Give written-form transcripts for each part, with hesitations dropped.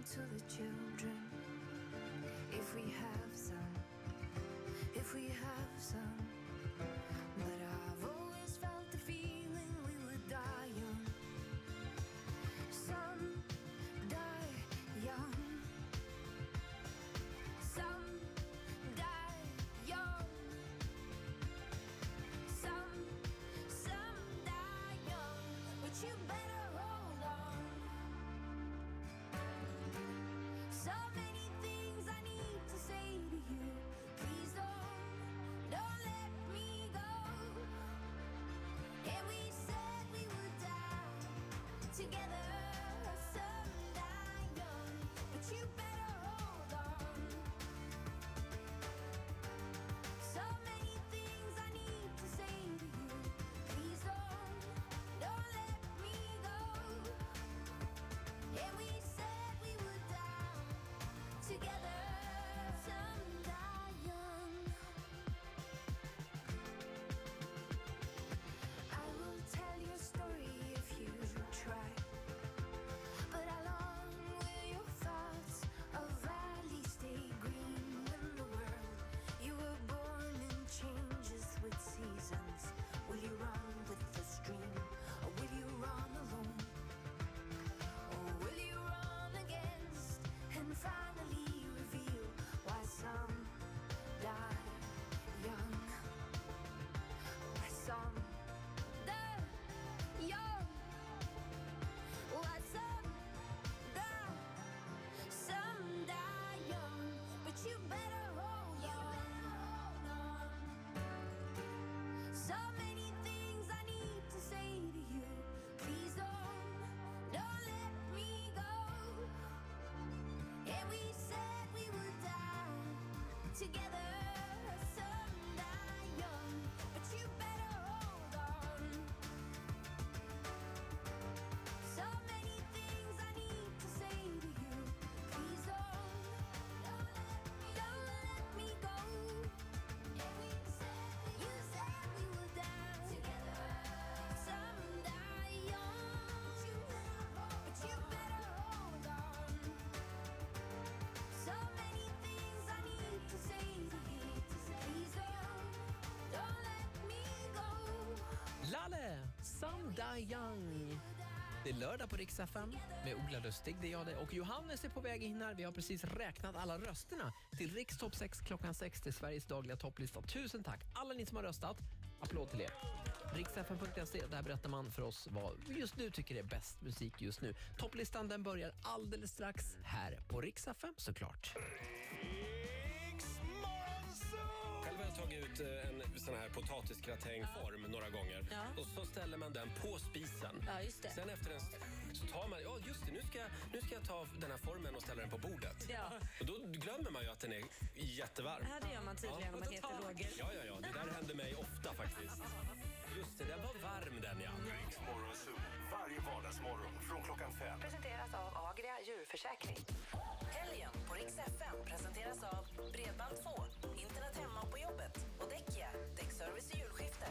to the children. If we have some, if we have some. But I've always felt the feeling we would die young. Some die young. Some die young. Some die young. But you better hold on. So many things I need to say to you. Please don't let me go. And we said we would die together. Some die young, but you better hold on. So many things I need to say to you. Please don't let me go. And we said we would die together. Some die young. I will tell your story if you try. But how long will your thoughts of valley stay green when the world you were born in changes with seasons? Will you run with the stream, or will you run alone? Or will you run against and finally reveal why some die young? Why some die young? Why some die young? But you better hold on. So many things I need to say to you. Please don't let me go. And we said we would die together. Some die young, but you better hold on. So many things I need to say to you. Please don't let me go. And we said you said we would die together. Some die young, but you better hold on. So many things I need to say to you. Please don't let me go. Lalle, Some Die Young. Det är lördag på Rix FM med Ola Lustig, det är jag det. Och Johannes är på väg in här. Vi har precis räknat alla rösterna till Rix Top 6 klockan 6 till Sveriges dagliga topplista. Tusen tack alla ni som har röstat. Applåd till er. Riksfm.se, där berättar man för oss vad vi just nu tycker är bäst musik just nu. Topplistan den börjar alldeles strax här på Rix FM såklart. Själv har jag tagit ut en sån här potatisgratängform några gånger. Ja. Och så ställer man den på spisen. Ja, just det. Sen efter en så tar man, ja just det, nu ska jag ta den här formen och ställa den på bordet. Ja. Och då glömmer man ju att den är jättevarm. Ja, det gör man tydligen om man heter Roger. Ja, det där händer mig ofta faktiskt. Just det, den var varm den, ja. Rix Morgonzoo, varje vardagsmorgon från klockan 5. Presenteras av Agria djurförsäkring. Helgen på Rix FM presenteras av Bredband2, internet hemma och på jobbet och Däckia, däckservice i julskifte.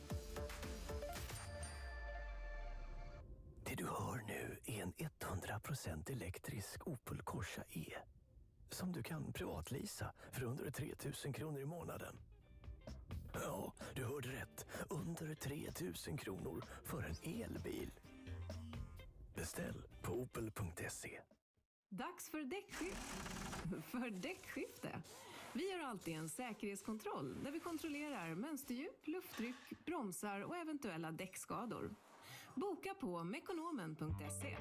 Det du hör nu är en 100% elektrisk Opel Corsa E. Som du kan privatlisa för under 3 000 kronor i månaden. Ja, du hörde rätt. Under 3 000 kronor för en elbil. Beställ på opel.se. Dags för däckskifte. Vi gör alltid en säkerhetskontroll där vi kontrollerar mönsterdjup, lufttryck, bromsar och eventuella däckskador. Boka på mekonomen.se.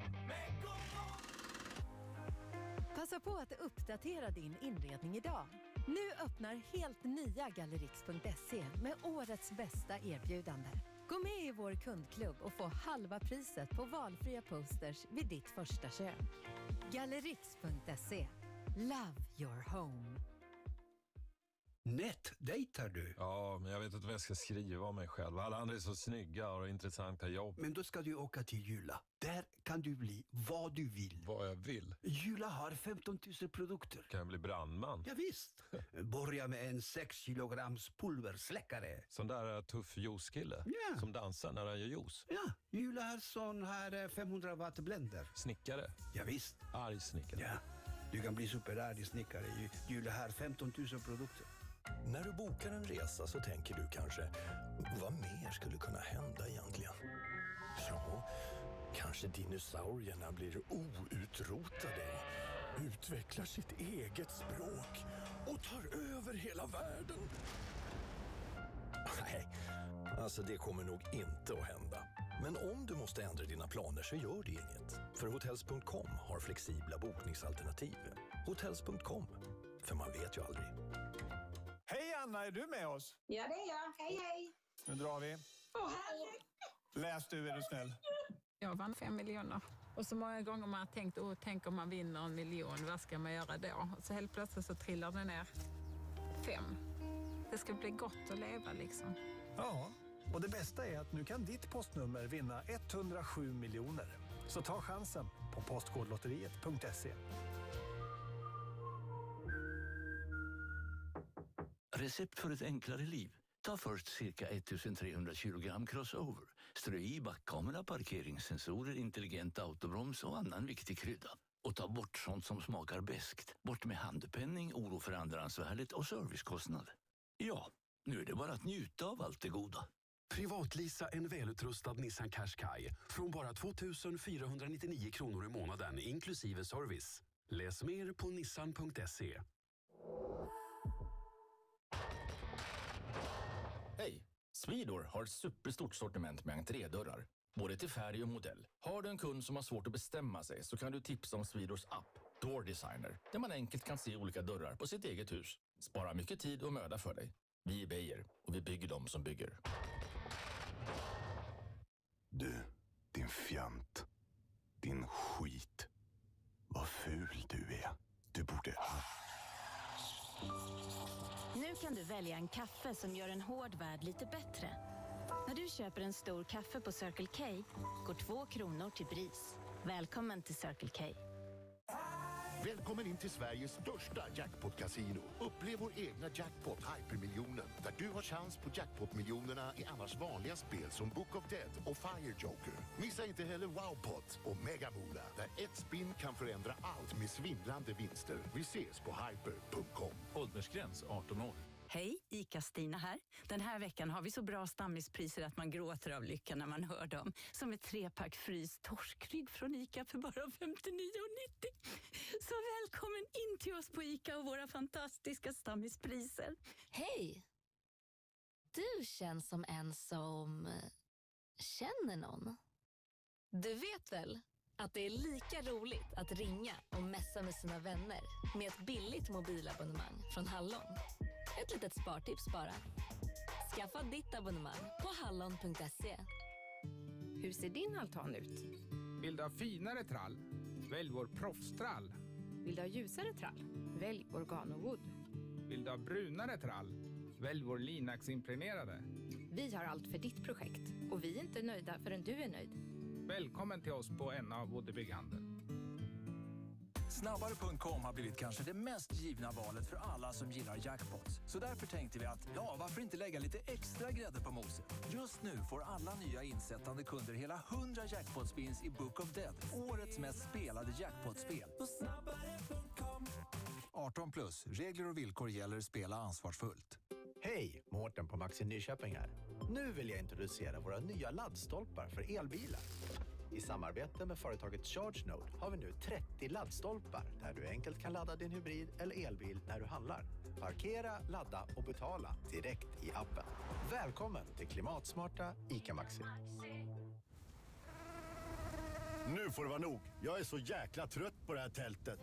Passa på att uppdatera din inredning idag. Nu öppnar helt nya Gallerix.se med årets bästa erbjudande. Gå med i vår kundklubb och få halva priset på valfria posters vid ditt första köp. Gallerix.se. Love your home. Nätdejtar du? Ja, men jag vet inte vad jag ska skriva om mig själv. Alla andra är så snygga och har intressanta jobb. Men då ska du åka till Jula. Där kan du bli vad du vill. Vad jag vill? Jula har 15 000 produkter. Kan jag bli brandman? Ja, visst. Börja med en 6 kilograms pulversläckare. Sån där tuff juicekille Ja. som dansar när han gör juice. Ja, Jula har sån här 500 watt blender. Snickare? Ja, visst. Arg snickare? Ja, du kan bli superärlig snickare. Jula har 15 000 produkter. När du bokar en resa så tänker du kanske, vad mer skulle kunna hända egentligen? Ja, kanske dinosaurierna blir outrotade, utvecklar sitt eget språk och tar över hela världen. Nej, alltså det kommer nog inte att hända. Men om du måste ändra dina planer så gör det inget. För Hotels.com har flexibla bokningsalternativ. Hotels.com, för man vet ju aldrig. Hej Anna, är du med oss? Ja, det är jag. Hej, hej. Nu drar vi. Läs du, är du snäll. Jag vann 5 miljoner. Och så många gånger man har tänkt, tänk om man vinner 1 miljon, vad ska man göra då? Så helt plötsligt så trillar det ner 5. Det ska bli gott att leva liksom. Ja, och det bästa är att nu kan ditt postnummer vinna 107 miljoner. Så ta chansen på postkodlotteriet.se. Recept för ett enklare liv. Ta först cirka 1300 kilogram crossover. Strö i backkamera, parkeringssensorer, intelligent autobroms och annan viktig krydda. Och ta bort sånt som smakar beskt. Bort med handpenning, oro för andrahandsvärdet och servicekostnad. Ja, nu är det bara att njuta av allt det goda. Privatlisa en välutrustad Nissan Qashqai från bara 2 499 kronor i månaden inklusive service. Läs mer på nissan.se. Hej! Swedor har ett superstort sortiment med entrédörrar, både till färg och modell. Har du en kund som har svårt att bestämma sig så kan du tipsa om Swedors app, Door Designer, där man enkelt kan se olika dörrar på sitt eget hus. Spara mycket tid och möda för dig. Vi är Beijer och vi bygger dem som bygger. Du, din fjant. Din skit. Vad ful du är. Du borde... Nu kan du välja en kaffe som gör en hård värld lite bättre. När du köper en stor kaffe på Circle K går 2 kronor till BRIS. Välkommen till Circle K. Välkommen in till Sveriges största jackpot-casino. Upplev vår egna jackpot Hypermiljonen, där du har chans på jackpot-miljonerna i annars vanliga spel som Book of Dead och Fire Joker. Missa inte heller Wowpot och Mega Moolah, där ett spin kan förändra allt med svindlande vinster. Vi ses på hyper.com. Åldersgräns 18 år. Hej, ICA-Stina här. Den här veckan har vi så bra stammispriser att man gråter av lycka när man hör dem. Som ett 3-pack fryst torskrygg från ICA för bara 59,90. Så välkommen in till oss på ICA och våra fantastiska stammispriser. Hej! Du känns som en som känner någon. Du vet väl att det är lika roligt att ringa och messa med sina vänner med ett billigt mobilabonnemang från Hallon. Ett litet spartips bara. Skaffa ditt abonnemang på hallon.se. Hur ser din altan ut? Vill du ha finare trall? Välj vår proffstrall. Vill du ha ljusare trall? Välj Organowood. Vill du ha brunare trall? Välj vår Linax-impregnerade. Vi har allt för ditt projekt och vi är inte nöjda förrän du är nöjd. Välkommen till oss på en av Bodde Bygghandel. Snabbare.com har blivit kanske det mest givna valet för alla som gillar jackpots. Så därför tänkte vi att, varför inte lägga lite extra grädde på moset? Just nu får alla nya insättande kunder hela 100 jackpot-spins i Book of Dead, årets mest spelade jackpot-spel. På snabbare.com. 18+, regler och villkor gäller, spela ansvarsfullt. Hej, Mårten på Maxi Nyköping här. Nu vill jag introducera våra nya laddstolpar för elbilar. I samarbete med företaget ChargeNode har vi nu 30 laddstolpar där du enkelt kan ladda din hybrid eller elbil när du handlar. Parkera, ladda och betala direkt i appen. Välkommen till klimatsmarta ICA Maxi. Nu får det vara nog. Jag är så jäkla trött på det här tältet.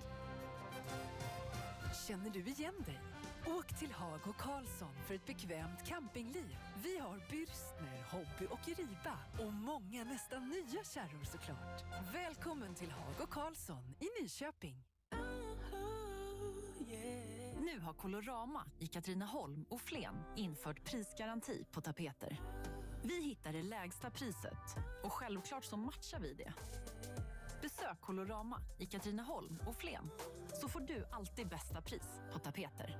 Känner du igen dig? Åk till Hag och Karlsson för ett bekvämt campingliv. Vi har Bürstner, Hobby och Riba och många nästan nya kärror såklart. Välkommen till Hag och Karlsson i Nyköping. Nu har Colorama i Katrineholm och Flen infört prisgaranti på tapeter. Vi hittar det lägsta priset och självklart så matchar vi det. Besök Colorama i Katrineholm och Flen så får du alltid bästa pris på tapeter.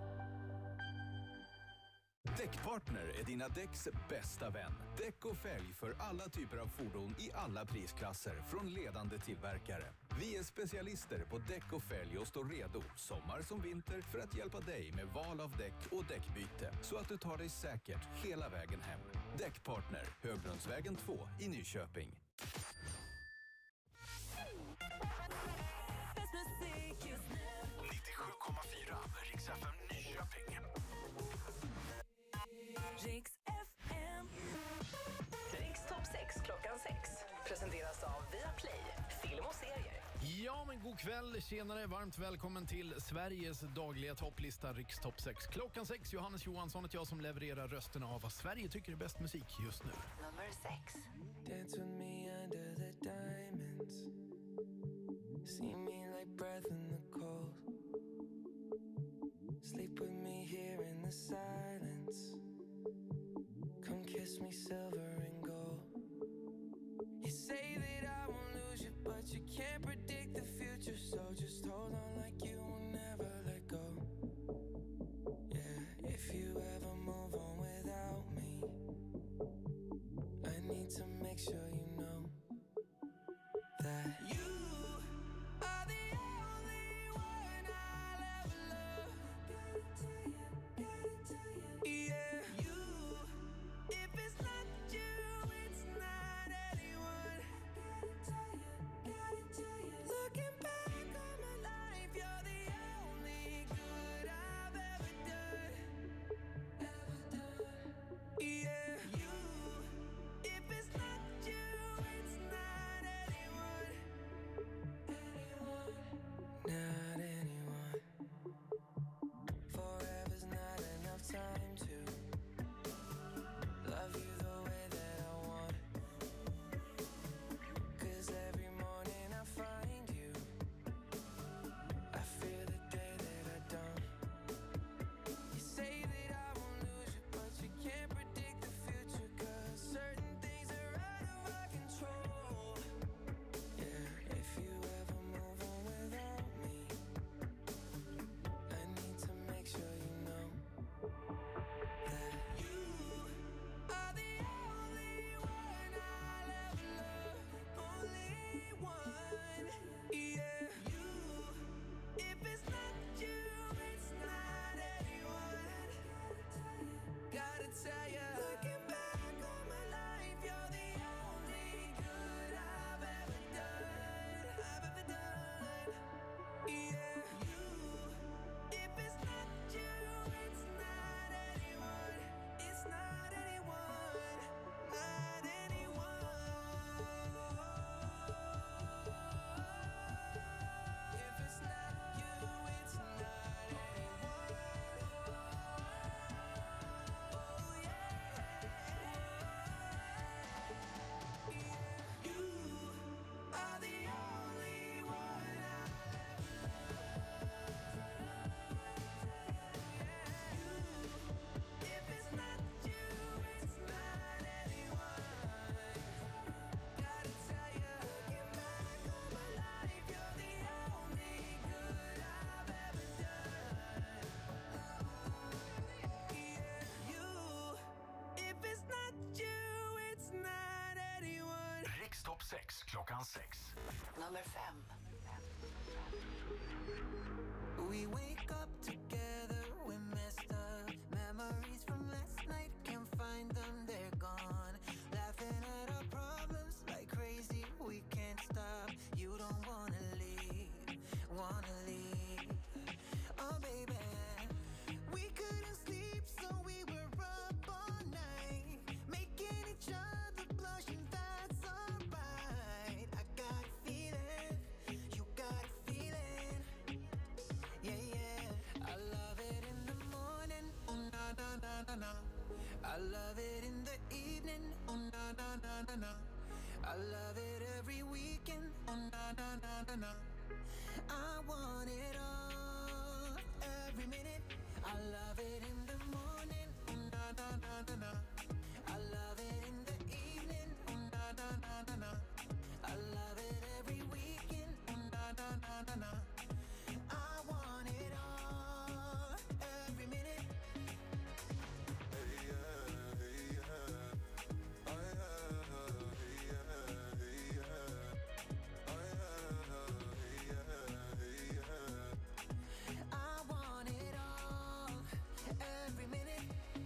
Däckpartner är dina däcks bästa vän. Däck och fälg för alla typer av fordon i alla prisklasser från ledande tillverkare. Vi är specialister på däck och fälg och står redo, sommar som vinter, för att hjälpa dig med val av däck och däckbyte så att du tar dig säkert hela vägen hem. Däckpartner, Högbrunnsvägen 2 i Nyköping. Bäst musik just nu. 97,4 Rix FM Nyköping. Rix FM. Rix Top 6 klockan 6 presenteras av Viaplay, film och serier. Ja, men god kväll, tjenare, varmt välkommen till Sveriges dagliga topplista Rix Top 6. Klockan 6, Johannes Johansson och jag som levererar rösterna av vad Sverige tycker är bäst musik just nu. Nummer 6. Dance with me under the diamonds. See me like breath in the cold. Sleep with me here in the silence. Come kiss me silver and gold. You say that I won't lose you, but you can't predict the future. So just hold on like you will never let go. Yeah, if you ever move on without me, I need to make sure you know that you are the only one I'll ever love. Gotta tell you, yeah. You, if it's not you, it's not anyone. Gotta tell you. Looking back on my life, you're the only good I've ever done. Yeah. You, if it's not you, it's not anyone. Not anyone. Forever's not enough time to love you the way that I want. 'Cause every morning I find you, I fear the day that I don't. You say that I won't lose you, but you can't predict the future. 'Cause certain things are out of our control. Yeah, if you ever move on without me, I need to make sure you know that you are the only one I'll ever love. Only one. Yeah. You, if it's not you, it's not anyone. Gotta tell you. Looking back on my life, you're the only good I've ever done. Yeah. You, if it's not you, it's not anyone. It's not anyone. Not anyone. If it's not you, it's not anyone. Oh yeah. You are the only one I'll if it's not you, it's not anyone. Gotta tell you, looking back on my life, you're the only good I've ever done. Yeah, you, if it's not you, it's not anyone. Rix Top 6 klockan 6. Nummer 5. We wake up together, we messed up. Memories from last night, can't find them, they're gone. Laughing at our problems like crazy, we can't stop. You don't wanna leave. Oh baby, we couldn't sleep, so we were up all night, making each other blush, and that's alright. I got a feeling, you got a feeling. Yeah, yeah. I love it in the morning, oh na na na na na. I love it in the evening, oh na na na na na. I love it every weekend, oh na na na na na. I want it all, every minute, I love it in the morning, na na na na na. I love it in the evening, na na na na na. I love it every weekend, na na na na na. I want it all, every minute. Hey yeah, hey yeah. Oh yeah, hey yeah, hey yeah. Oh yeah, hey yeah, hey yeah. I want it all, every minute.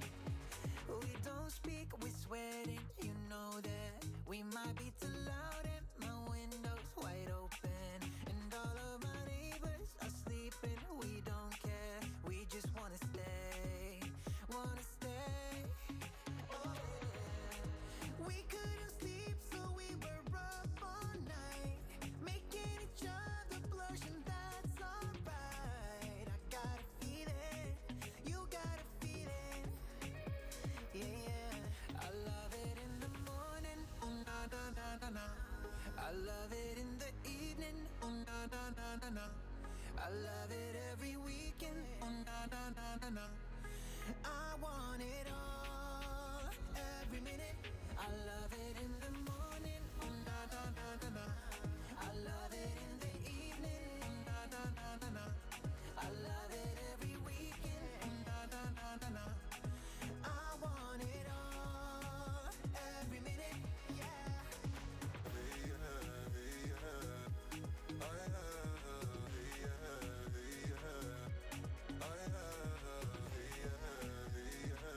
We don't speak, we're sweating, you know that. We might be too loud and my window's wide open, and all of my neighbors are sleeping. We don't care, we just wanna stay, wanna stay. Oh yeah. We couldn't sleep, so we were up all night, making each other blush, and that's alright. I got a feeling, you got a feeling. Yeah, yeah. I love it in the morning, na na na na na. I love it in the evening, na na na na na. I love it every weekend, na na na na na. I want it all, every minute. I love it in the morning, na na na na na. I love it in the evening, na na na na na. I love it every weekend, na na na na na. I want it all, every minute, yeah. Hey yeah, hey yeah. Oh yeah, hey yeah, hey yeah. Oh yeah, hey yeah, hey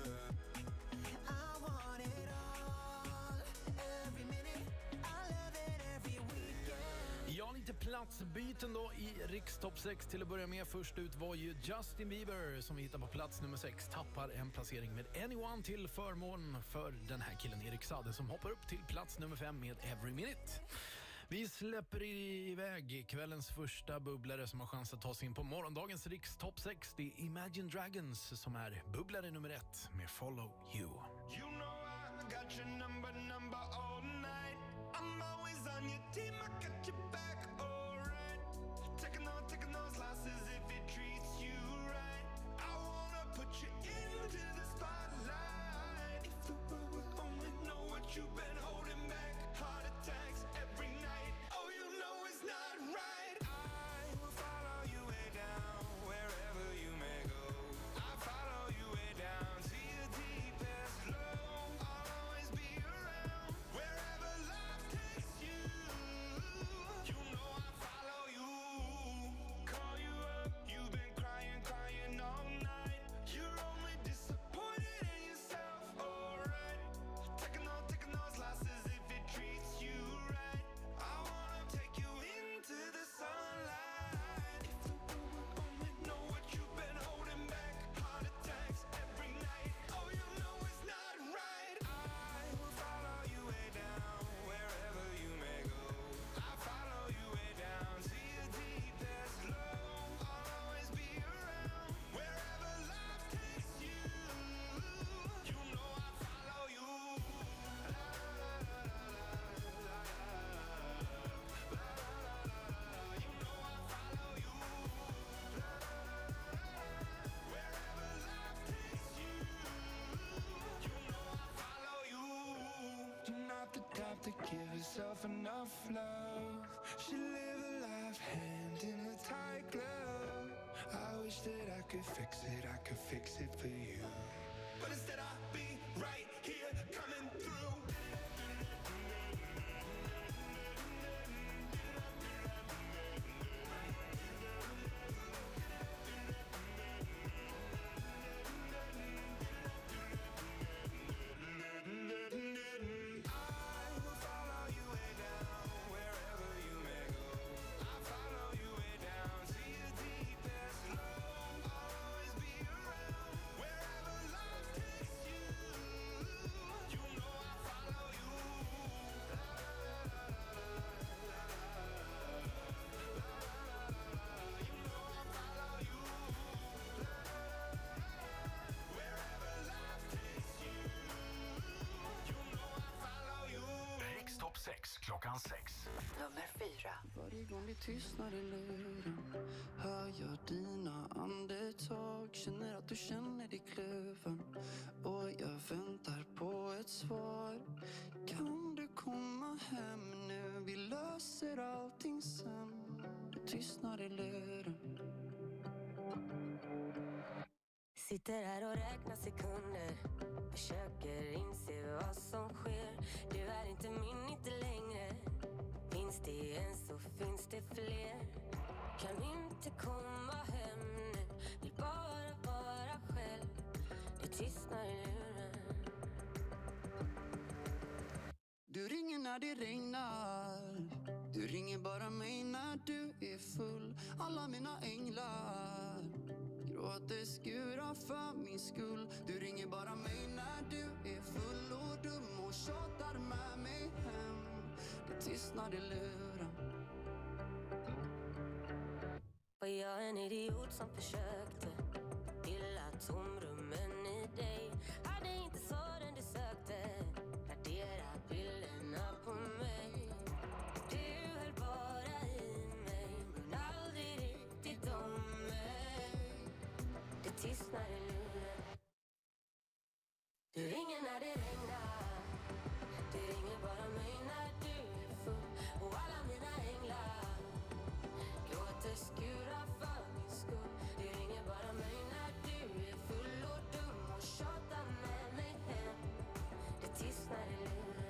yeah. I want it all, every minute. I love it every weekend. Ja, lite platsbyten då i Rikstopp 6 till att börja med. Först ut var ju Justin Bieber som vi hittar på plats nummer 6. Tappar en placering med Anyone till förmån för den här killen Erik Saade som hoppar upp till plats nummer 5 med Every Minute. Vi släpper iväg kvällens första bubblare som har chans att ta sig in på morgondagens Rikstopp 6. Det är Imagine Dragons som är bubblare nummer 1 med Follow You. You know I got your number all night. I'm always on your team, I got your back, alright. Taking those losses if it treats you right. I wanna put you into the spotlight. If the world would only know what you've been holding back. Heart attacks every night. Oh, you know it's not right. I will follow you way down, wherever you may go. I follow you way down to your deepest low. I'll always be around, wherever life takes you. You know I follow you. Call you up, you've been crying all night. You're only disappointed in yourself, alright. Taking those losses if it treats you right. I wanna take you into the sunlight. If the world would only know what you've been holding back. Heart attacks every night. Oh, you know it's not right. I will follow you way down, wherever you may go. I follow you way down to your deepest low. I'll always be around, wherever life takes you. You know I follow you. La la la la la la la la la. You know I follow you. La la la la la. Wherever life takes you. You know I follow you. You're not the type to give yourself enough love. Should live a life hand in a tight glove. I wish that I could fix it for you. But instead I'll be right here coming through. I will follow you way down, wherever you may go. I follow you way down to your deepest low. I'll always be around, wherever life takes 6. Nummer 4. Varje gång det tystnar i luren hör jag dina andetag. Känner att du känner dig kluven och jag väntar på ett svar. Kan du komma hem nu? Vi löser allting sen. Det tystnar i luren. Sitter här och räknar sekunder. Försöker inse vad som sker. Du är inte min, inte längre. Finns det en så finns det fler. Kan inte komma hem nu. Vill bara vara själv. Det tystnar i luren. Du ringer när det regnar. Du ringer bara mig när du är full. Alla mina änglar gråter skurar för min skull. Du ringer bara mig när du är full och dum och tjatar med mig hem. Det tystnar i luren. Var jag en idiot som försökte fylla tomrummen i dig. Hade inte svaren du sökte. Radera bilderna på mig. Du höll bara i mig men aldrig riktigt om mig. Det tystnar i luren. Du ringer när det regnar. Du ringer bara mig när du är full. Och alla mina änglar gråter skurar för min skull. Du ringer bara mig när du är full och dum och tjatar med mig hem. Det tystnar i luren.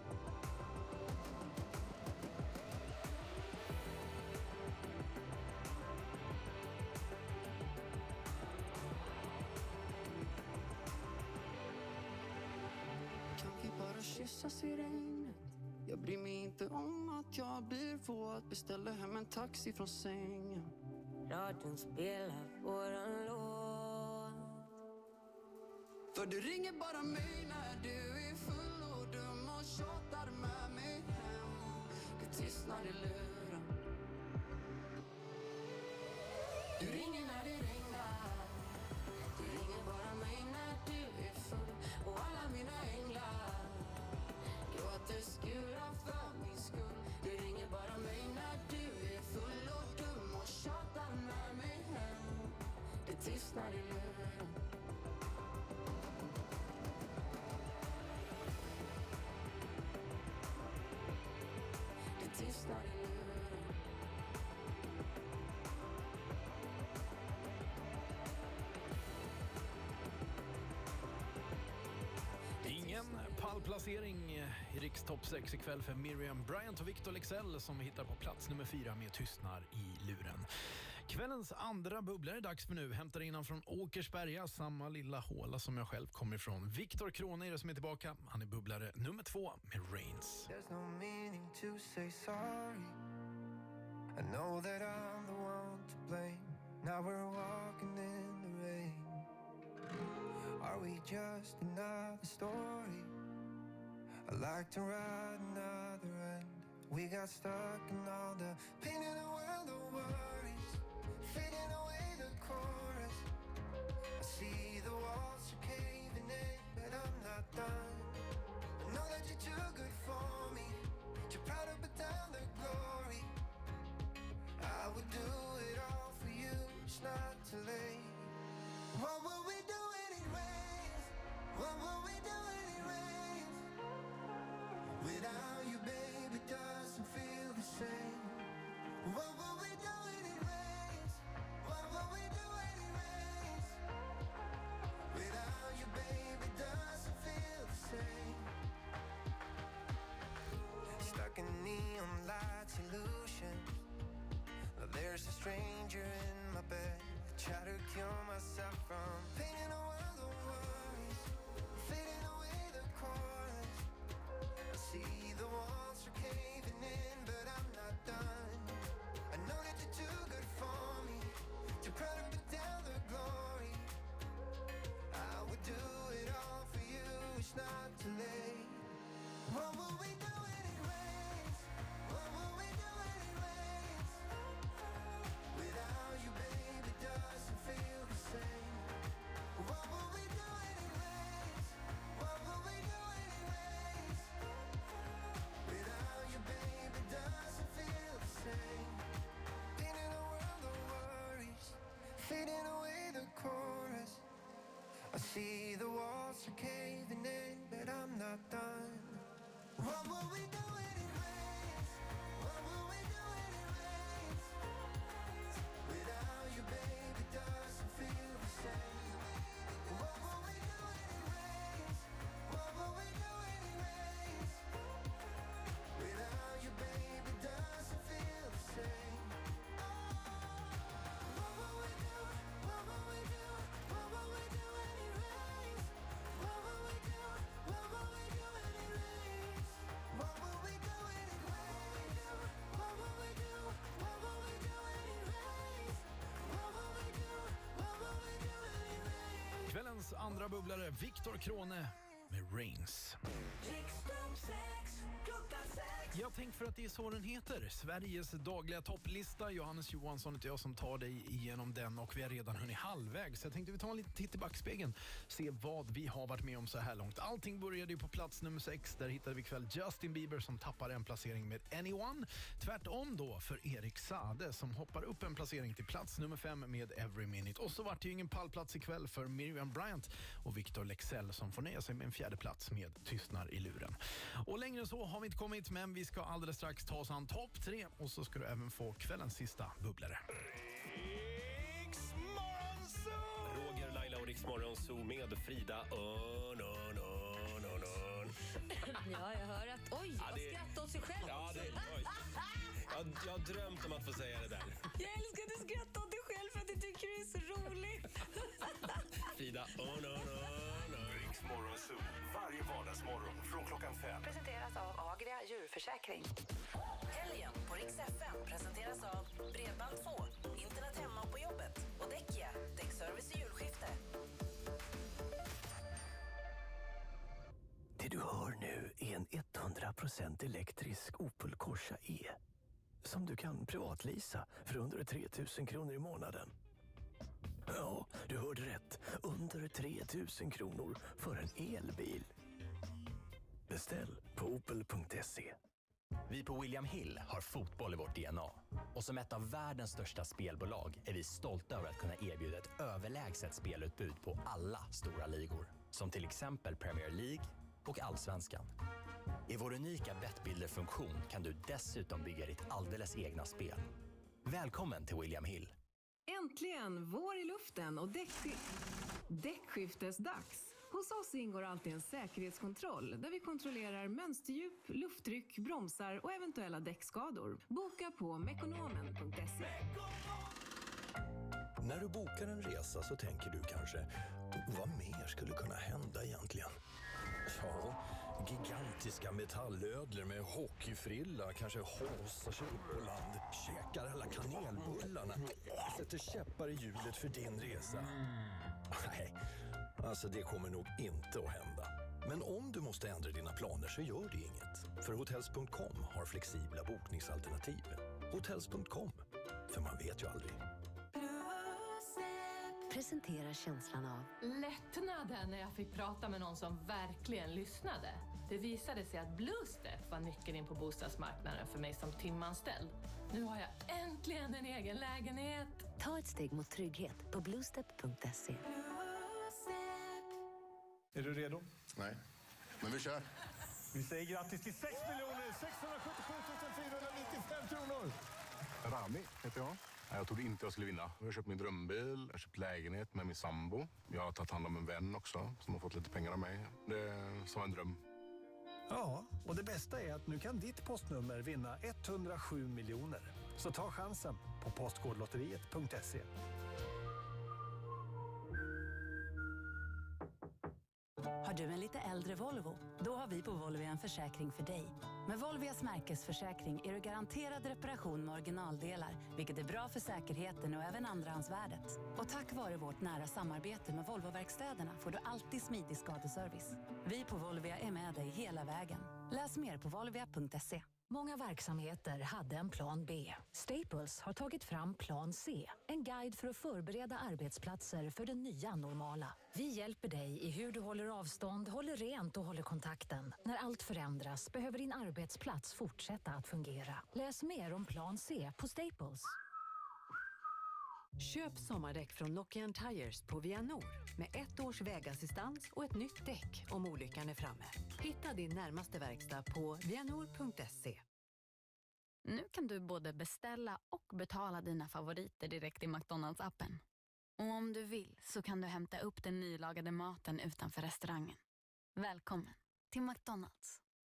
Kan vi bara kyssas i regnet? Jag bryr mig inte om att jag blir våt. Beställer hem en taxi från sängen. Radion spelar våran låt. För du ringer bara mig när du är full och dum och tjatar med mig hem. Det tystnar i luren. Du ringer när det regnar. Du ringer bara mig när du är full. Och alla mina änglar gråter skurar för min skull. Du ringer bara mig när du är full och dum och tjatar med mig hem. Det tystnar i luren. Det tystnar i luren. Ingen pallplacering i Rikstopp 6 ikväll för Miriam Bryant och Victor Lexell som vi hittar på plats nummer 4 med Tystnar i luren. Kvällens andra bubblare är dags för nu. Hämtar innan från Åkersberga, samma lilla håla som jag själv kommer ifrån. Viktor Kroner som är tillbaka. Han är bubblare nummer 2 med Rains. There's no meaning to say sorry. I know that I'm the one to blame. Now we're walking in the rain. Are we just another story? I like to write another end. We got stuck in all the pain in the world of worries, fading away the chorus. I see the walls are caving in, but I'm not done. I know that you're too good for me. You're proud to put down the glory. I would do it all for you. It's not too late. What will we do when it rains? What will we do when it rains? Without you, baby, doesn't feel the same. What will we do when it rains? What will we do when it rains? Without you, baby, doesn't feel the same. Stuck in neon lights, illusions. Now there's a stranger in my bed. I try to cure myself from pain in a world of worries, fading away the chorus. I see the walls are caving in, but I'm not done. I know that you're too good for me. Too proud to put down the glory. I would do it all for you. It's not too late. What will we do when it rains? What will we do when it rains? Without you, baby, doesn't feel the same. What will we do when it rains? What will we do when it rains? Without you, baby. andra bubblare Viktor Krone med Reigns. Jag tänker för att det är så den heter. Sveriges dagliga topplista. Johannes Johansson heter jag som tar dig igenom den och vi har redan hunnit halvvägs. Så jag tänkte vi tar en liten titt i backspegeln. Se vad vi har varit med om så här långt. Allting började ju på plats nummer 6. Där hittade vi ikväll Justin Bieber som tappar en placering med Anyone. Tvärtom då för Erik Saade som hoppar upp en placering till plats nummer 5 med Every Minute. Och så var det ju ingen pallplats ikväll för Miriam Bryant och Victor Lexell som får nöja sig med en 4:e plats med Tystnar i luren. Och längre så har vi inte kommit, men vi ska alldeles strax ta oss an topp 3 och så ska du även få kvällens sista bubblare. Roger, Laila och Riksmorgonzoo med Frida Örn. Ja, jag hör att... Oj, ja, det... skrattar åt sig själv. Ja, jag har drömt om att få säga det där. Jag älskar att du skrattar åt dig själv för att du tycker det är så roligt. Frida Örn. Riksmorgonzoo, varje vardagsmorgon från klockan 5. Presenteras av Agria djurförsäkring. Helgen på Rix FM presenteras av Bredband2, internet hemma på jobbet och Däckia, däckservice i julskifte. Det du hör nu är en 100% elektrisk Opel Corsa E som du kan privatlisa för under 3 000 kronor i månaden. Ja, du hörde rätt. Under 3 000 kronor för en elbil. Beställ på opel.se. Vi på William Hill har fotboll i vårt DNA. Och som ett av världens största spelbolag är vi stolta över att kunna erbjuda ett överlägset spelutbud på alla stora ligor. Som till exempel Premier League och Allsvenskan. I vår unika bettbilderfunktion kan du dessutom bygga ditt alldeles egna spel. Välkommen till William Hill. Äntligen vår i luften och däckskiftesdags. Hos oss ingår alltid en säkerhetskontroll där vi kontrollerar mönsterdjup, lufttryck, bromsar och eventuella däckskador. Boka på mekonomen.se. När du bokar en resa så tänker du kanske, vad mer skulle kunna hända egentligen? Ja, gigantiska metallödlor med hockeyfrilla kanske håsar sig upp på land, käkar alla kanelbullarna, sätter käppar i hjulet för din resa. Nej, alltså det kommer nog inte att hända. Men om du måste ändra dina planer så gör det inget. För Hotels.com har flexibla bokningsalternativ. Hotels.com, för man vet ju aldrig. Presentera känslan av lättnaden när jag fick prata med någon som verkligen lyssnade. Det visade sig att Bluestep var nyckeln in på bostadsmarknaden för mig som timanställd. Nu har jag äntligen en egen lägenhet. Ta ett steg mot trygghet på bluestep.se. Är du redo? Nej, men vi kör. Vi säger grattis till 6 677 495 kronor. Rami heter jag. Jag trodde inte jag skulle vinna. Jag har köpt min drömbil, jag har köpt lägenhet med min sambo. Jag har tagit hand om en vän också som har fått lite pengar av mig. Det är som en dröm. Ja, och det bästa är att nu kan ditt postnummer vinna 107 miljoner. Så ta chansen på postkodlotteriet.se. Har du en lite äldre Volvo? Då har vi på Volvia en försäkring för dig. Med Volvias märkesförsäkring är du garanterad reparation med originaldelar, vilket är bra för säkerheten och även andrahandsvärdet. Och tack vare vårt nära samarbete med Volvo-verkstäderna får du alltid smidig skadeservice. Vi på Volvia är med dig hela vägen. Läs mer på volvia.se. Många verksamheter hade en plan B. Staples har tagit fram plan C. En guide för att förbereda arbetsplatser för det nya normala. Vi hjälper dig i hur du håller avstånd, håller rent och håller kontakten. När allt förändras behöver din arbetsplats fortsätta att fungera. Läs mer om plan C på Staples. Köp sommardäck från Nokian Tires på Vianor med 1 års vägassistans och ett nytt däck om olyckan är framme. Hitta din närmaste verkstad på vianor.se. Nu kan du både beställa och betala dina favoriter direkt i McDonalds-appen. Och om du vill så kan du hämta upp den nylagade maten utanför restaurangen. Välkommen till McDonalds.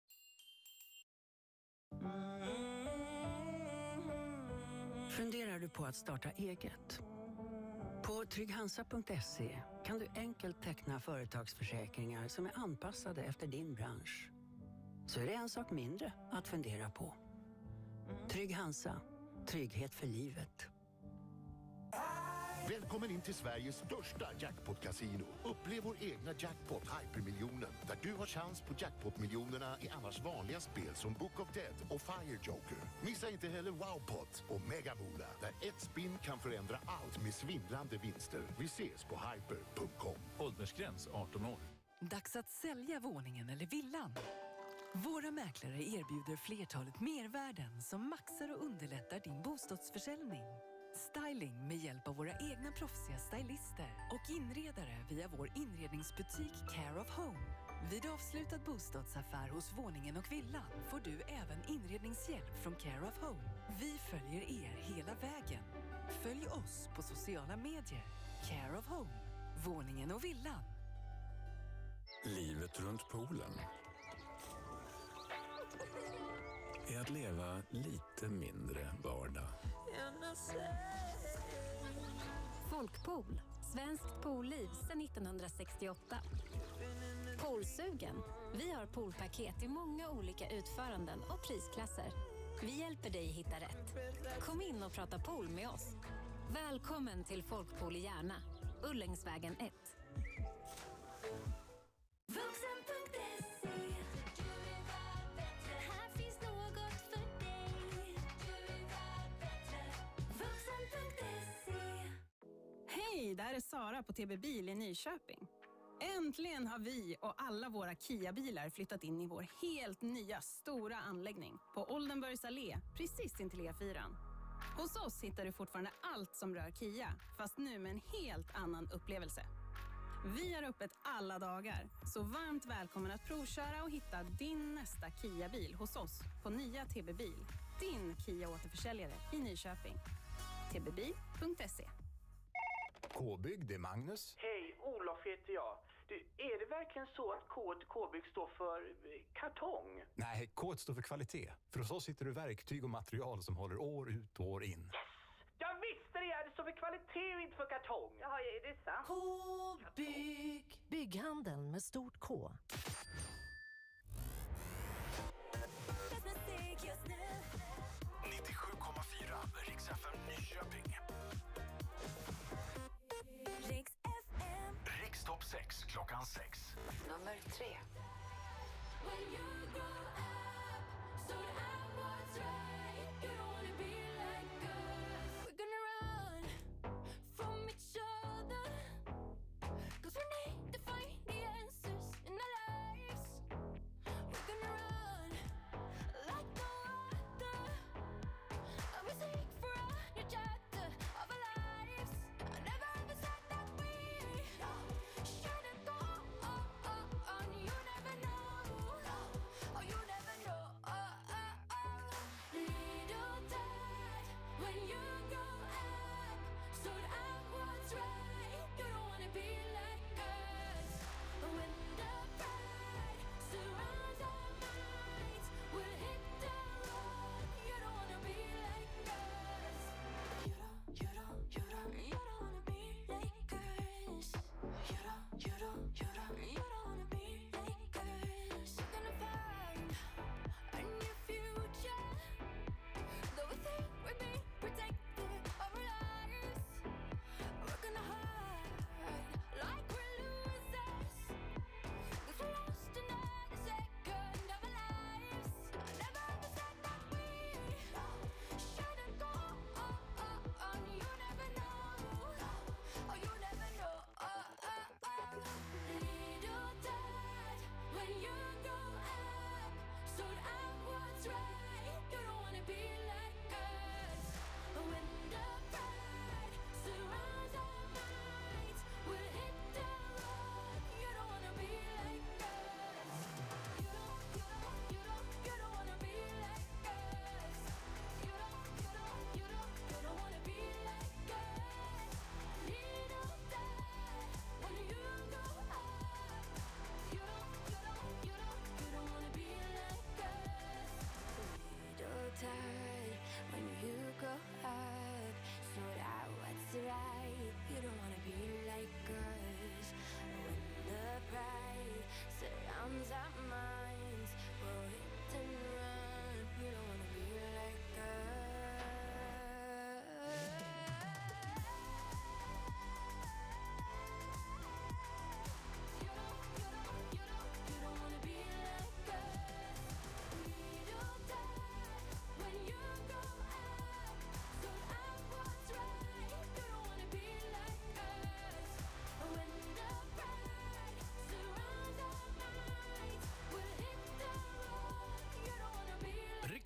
Funderar du på att starta eget? På trygghansa.se kan du enkelt teckna företagsförsäkringar som är anpassade efter din bransch. Så är det en sak mindre att fundera på. Trygg Hansa. Trygghet för livet. Välkommen in till Sveriges största jackpot-casino. Upplev vår egna jackpot Hypermiljonen, där du har chans på jackpot-miljonerna i annars vanliga spel som Book of Dead och Fire Joker. Missa inte heller Wowpot och Mega Moolah, där ett spin kan förändra allt med svindlande vinster. Vi ses på hyper.com. Åldersgräns 18 år. Dags att sälja våningen eller villan. Våra mäklare erbjuder flertalet mervärden som maxar och underlättar din bostadsförsäljning. Styling med hjälp av våra egna proffsiga stylister och inredare via vår inredningsbutik Care of Home. Vid avslutad bostadsaffär hos våningen och villan får du även inredningshjälp från Care of Home. Vi följer er hela vägen. Följ oss på sociala medier. Care of Home. Våningen och villan. Livet runt poolen är att leva lite mindre vardag. Folkpool. Svenskt poolliv sedan 1968. Poolsugen. Vi har poolpaket i många olika utföranden och prisklasser. Vi hjälper dig hitta rätt. Kom in och prata pool med oss. Välkommen till Folkpool i Järna. Ullängsvägen 1. Hej, det här är Sara på TB Bil i Nyköping. Äntligen har vi och alla våra Kia-bilar flyttat in i vår helt nya stora anläggning på Oldenburgs allé, precis intill E4. Hos oss hittar du fortfarande allt som rör Kia, fast nu med en helt annan upplevelse. Vi är öppet alla dagar, så varmt välkommen att provköra och hitta din nästa Kia-bil hos oss på nya TB Bil. Din Kia-återförsäljare i Nyköping. tbbil.se. K-bygg, det är Magnus. Hej, Olof heter jag. Du, är det verkligen så att K-bygg står för kartong? Nej, K står för kvalitet. För hos oss hittar du verktyg och material som håller år ut och år in. Yes! Jag visste det! Det står för kvalitet och inte för kartong. Jaha, är det sant? K-bygg. Bygghandeln med stort K. Rix FM Nyköping. Rix FM. Rix Topp 6 klockan 6. Nummer 3. Oh, you never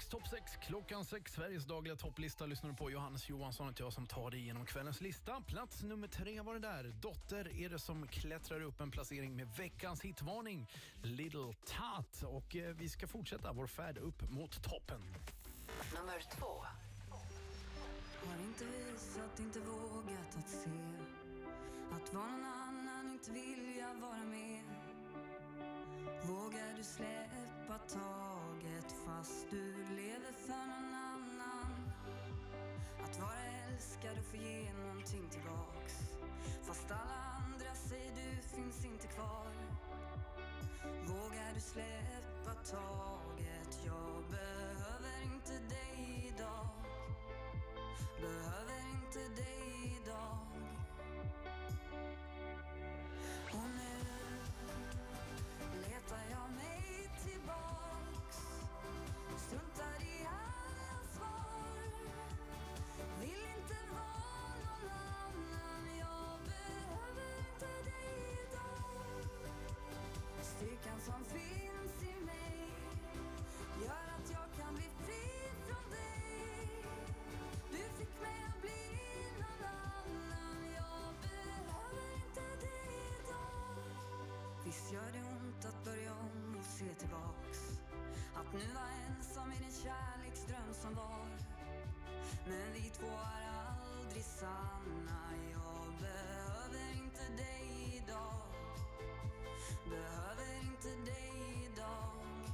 Topp 6, klockan 6, Sveriges dagliga topplista lyssnar du på. Johannes Johansson och jag som tar dig igenom kvällens lista. Plats nummer 3 var det där. Dotter är det som klättrar upp en placering med veckans hitvarning, Little Tot. Och vi ska fortsätta vår färd upp mot toppen. Nummer 2. Har inte visat, inte vågat att se att var någon annan inte vilja vara med. Vågar du släppa taget fast du lever för någon annan? Att vara älskad och få ge någonting tillbaks fast alla andra säger du finns inte kvar. Vågar du släppa taget? Jag behöver inte dig idag. Behöver inte dig idag. Och nu letar jag mig tillbaks. Struntar i alla svar. Vill inte vara någon annan. Jag behöver inte dig idag. Styrkan som finns i mig gör att jag kan bli fri från dig. Du fick mig att bli någon annan. Jag behöver inte dig idag. Visst gör det ont att börja om och se tillbaks. Att nu var ensam i den kärleksdröm som var. Men vi två är aldrig sanna. Jag behöver inte dig idag. Behöver inte dig idag.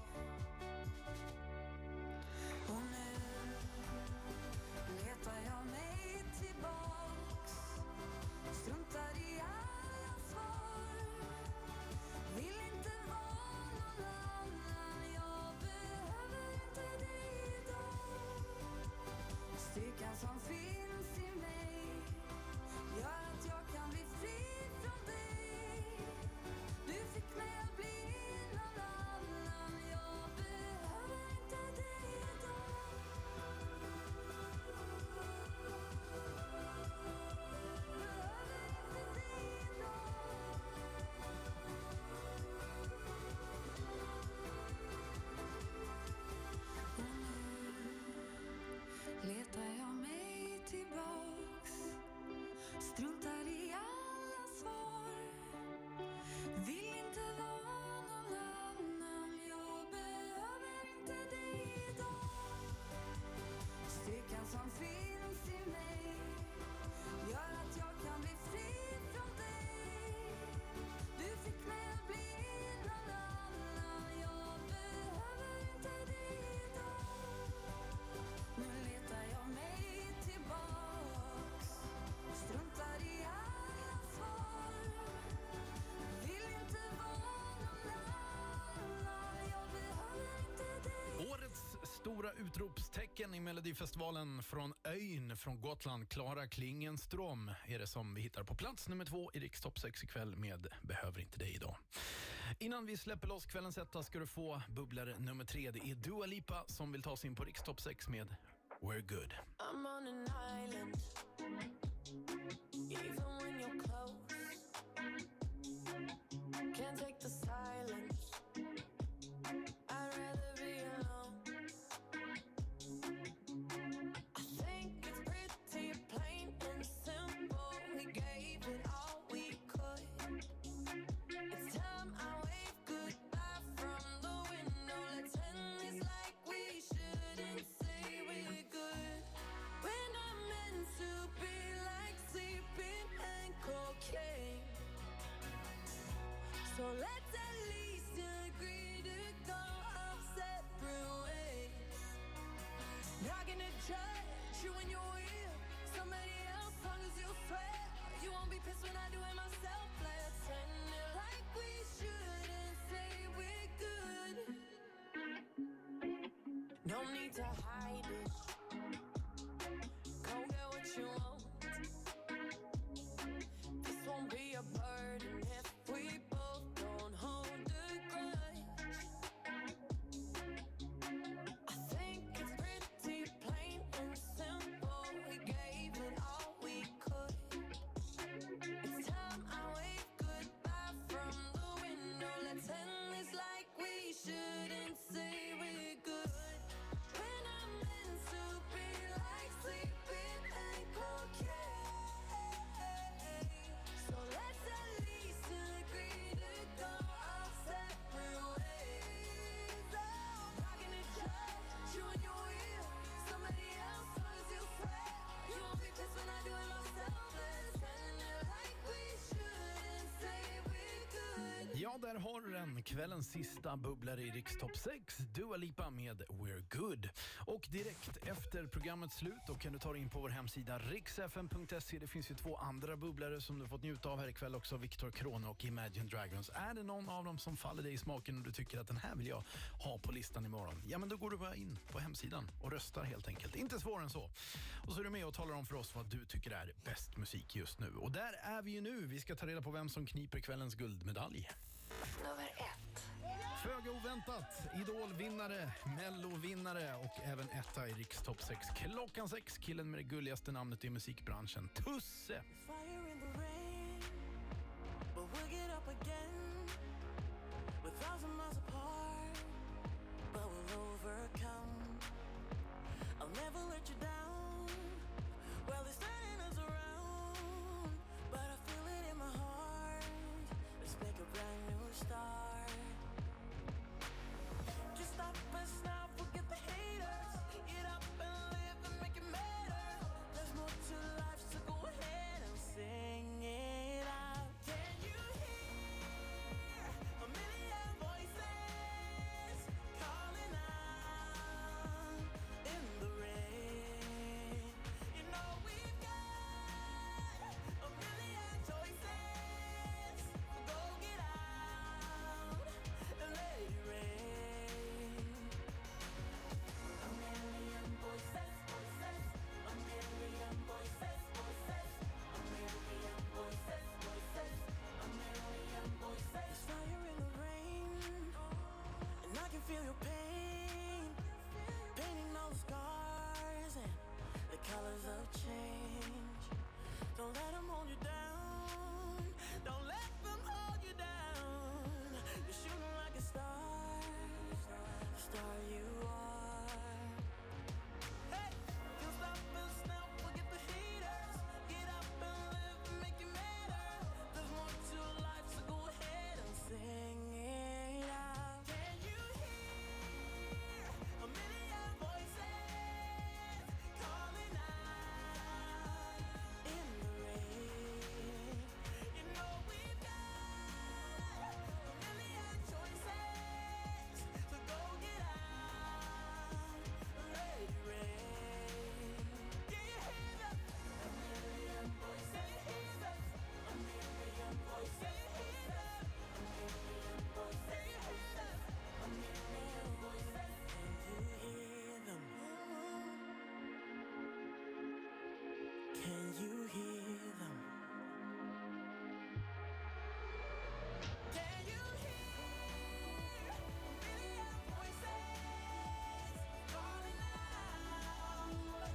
Och nu letar jag mig tillbaks. Struntar i alla svar. Vill inte vara någon annan. Jag behöver inte dig idag. Styrkan som finns i mig gör att jag kan bli fri från dig. Du fick mig att bli någon annan. Jag behöver inte dig idag. Letar jag mig tillbaks. Struntar i alla svar. Vill inte vara någon annan. Jag behöver inte dig idag. Styrkan som finns i mig gör att jag kan bli fri från dig. Du fick mig att bli någon annan. Jag behöver inte dig idag. Nu letar jag mig tillbaks. Struntar i alla svar. Vill inte vara någon annan. Jag behöver inte dig. Årets stora utropstecken i Melodifestivalen från Öjn från Gotland, Klara Klingenström, är det som vi hittar på plats nummer 2 i Riks Topp 6 ikväll med Behöver inte dig idag. Innan vi släpper loss kvällens etta ska du få bubblare nummer 3. Det är Dua Lipa som vill ta sig in på Riks Topp 6 med We're Good. I'm on an island. Even when you're close. Can't take the silence. I'd rather be alone. I think it's pretty plain and simple. We gave it all we could. It's time I wave goodbye from the window. Let's end this like we shouldn't say we're good. We're not meant to be like sleeping and cocaine. So let's at least agree to go our separate ways. Not gonna judge you when you're with somebody else, long as you swear you won't be pissed when I do it myself. Let's end it like we shouldn't say we're good. No need to hide it. Go get what you want. This won't be a burden if we both don't hold a grudge. I think it's pretty plain and simple. We gave it all we could. It's time I wave goodbye from the window. Let's end this like we shouldn't say we're good. When Där har du den, kvällens sista bubblare i Rikstopp 6, Dua Lipa med We're Good. Och direkt efter programmets slut då kan du ta dig in på vår hemsida riksfm.se. Det finns ju 2 andra bubblare som du fått njuta av här ikväll också, Victor Krone och Imagine Dragons. Är det någon av dem som faller dig i smaken och du tycker att den här vill jag ha på listan imorgon? Ja, men då går du bara in på hemsidan och röstar helt enkelt. Inte svårare än så. Och så är du med och talar om för oss vad du tycker är bäst musik just nu. Och där är vi ju nu. Vi ska ta reda på vem som kniper kvällens guldmedalj. Nummer 1. Föga oväntat, Idol-vinnare, Mello-vinnare och även etta i Rikstopp 6. Klockan 6, killen med det gulligaste namnet i musikbranschen, Tusse. Fire in the rain, but we'll get up again. We're 1,000 miles apart, but we'll overcome. I'll never let you down. Well, it's turning us around, but I feel it in my heart. Let's make a brand new start. Just stop us now, forget the haters. Get up and live and make it matter. There's more to life, so go ahead and sing it out. Can you hear a million voices calling out in the rain? You know we've got a million choices. Go get out and let it rain. A million voices, voices. A million voices, voices. A million voices, voices. A million voices. There's fire in the rain, and I can feel your pain, painting all the scars and the colors of change. Don't let them hold you down. Don't let them hold you down. You're shooting like a star, the star you are. Hey, you stop us now, forget the haters. Get up and live and make it matter. There's more to life, so go ahead and sing it out. Can you hear a million voices calling out in the rain? You know we've got a million choices, so go get out and let it rain. Can you hear them? A million voices, a million voices, a million voices, a million voices. Can you hear them? Can you hear them? Can you hear a million voices calling out in the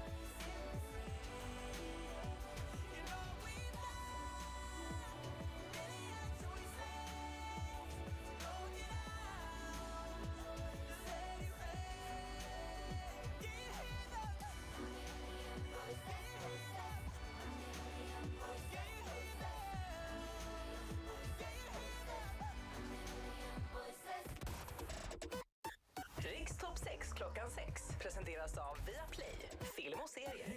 rain? You know we've got a million choices. Go get out and let it rain. Can you hear them? A million voices. A million voices. Can you hear them? Can you hear them? A million voices. Rikstopp 6 klockan 6 presenteras av Viaplay, film och serier.